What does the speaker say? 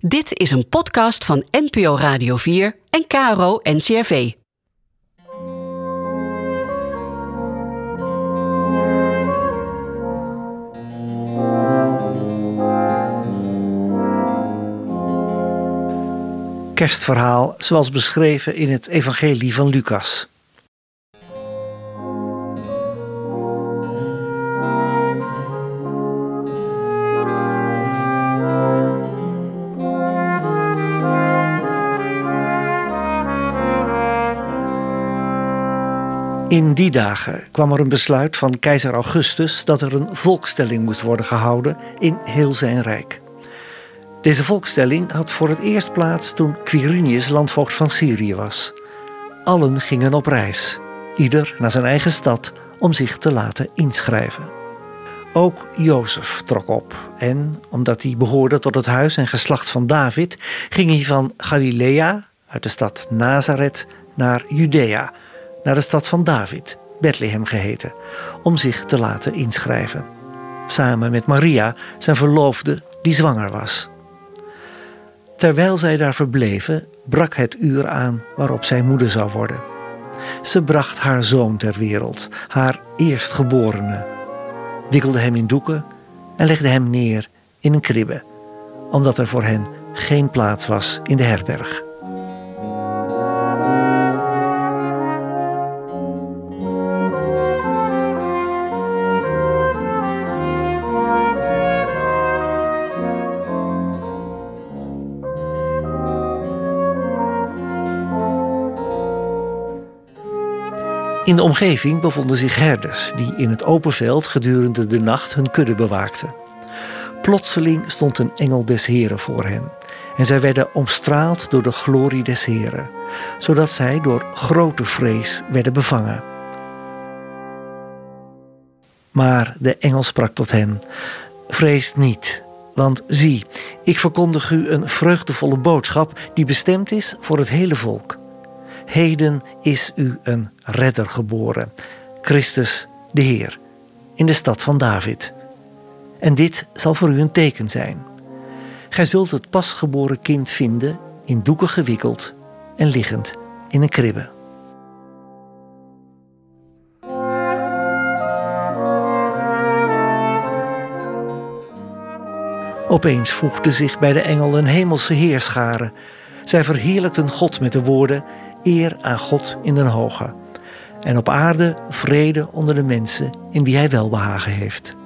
Dit is een podcast van NPO Radio 4 en KRO NCRV. Kerstverhaal zoals beschreven in het Evangelie van Lucas. In die dagen kwam er een besluit van keizer Augustus dat er een volkstelling moest worden gehouden in heel zijn rijk. Deze volkstelling had voor het eerst plaats toen Quirinius landvoogd van Syrië was. Allen gingen op reis, ieder naar zijn eigen stad om zich te laten inschrijven. Ook Jozef trok op en, omdat hij behoorde tot het huis en geslacht van David, ging hij van Galilea, uit de stad Nazareth, naar Judea, naar de stad van David, Bethlehem geheten, om zich te laten inschrijven. Samen met Maria, zijn verloofde, die zwanger was. Terwijl zij daar verbleven, brak het uur aan waarop zij moeder zou worden. Ze bracht haar zoon ter wereld, haar eerstgeborene, wikkelde hem in doeken en legde hem neer in een kribbe, omdat er voor hen geen plaats was in de herberg. In de omgeving bevonden zich herders die in het open veld gedurende de nacht hun kudde bewaakten. Plotseling stond een engel des Heren voor hen en zij werden omstraald door de glorie des Heren, zodat zij door grote vrees werden bevangen. Maar de engel sprak tot hen: vreest niet, want zie, ik verkondig u een vreugdevolle boodschap die bestemd is voor het hele volk. Heden is u een redder geboren, Christus de Heer, in de stad van David. En dit zal voor u een teken zijn. Gij zult het pasgeboren kind vinden, in doeken gewikkeld en liggend in een kribbe. Opeens voegde zich bij de engel een hemelse heerschare. Zij verheerlijkten God met de woorden: eer aan God in den hoge. En op aarde vrede onder de mensen in wie hij welbehagen heeft.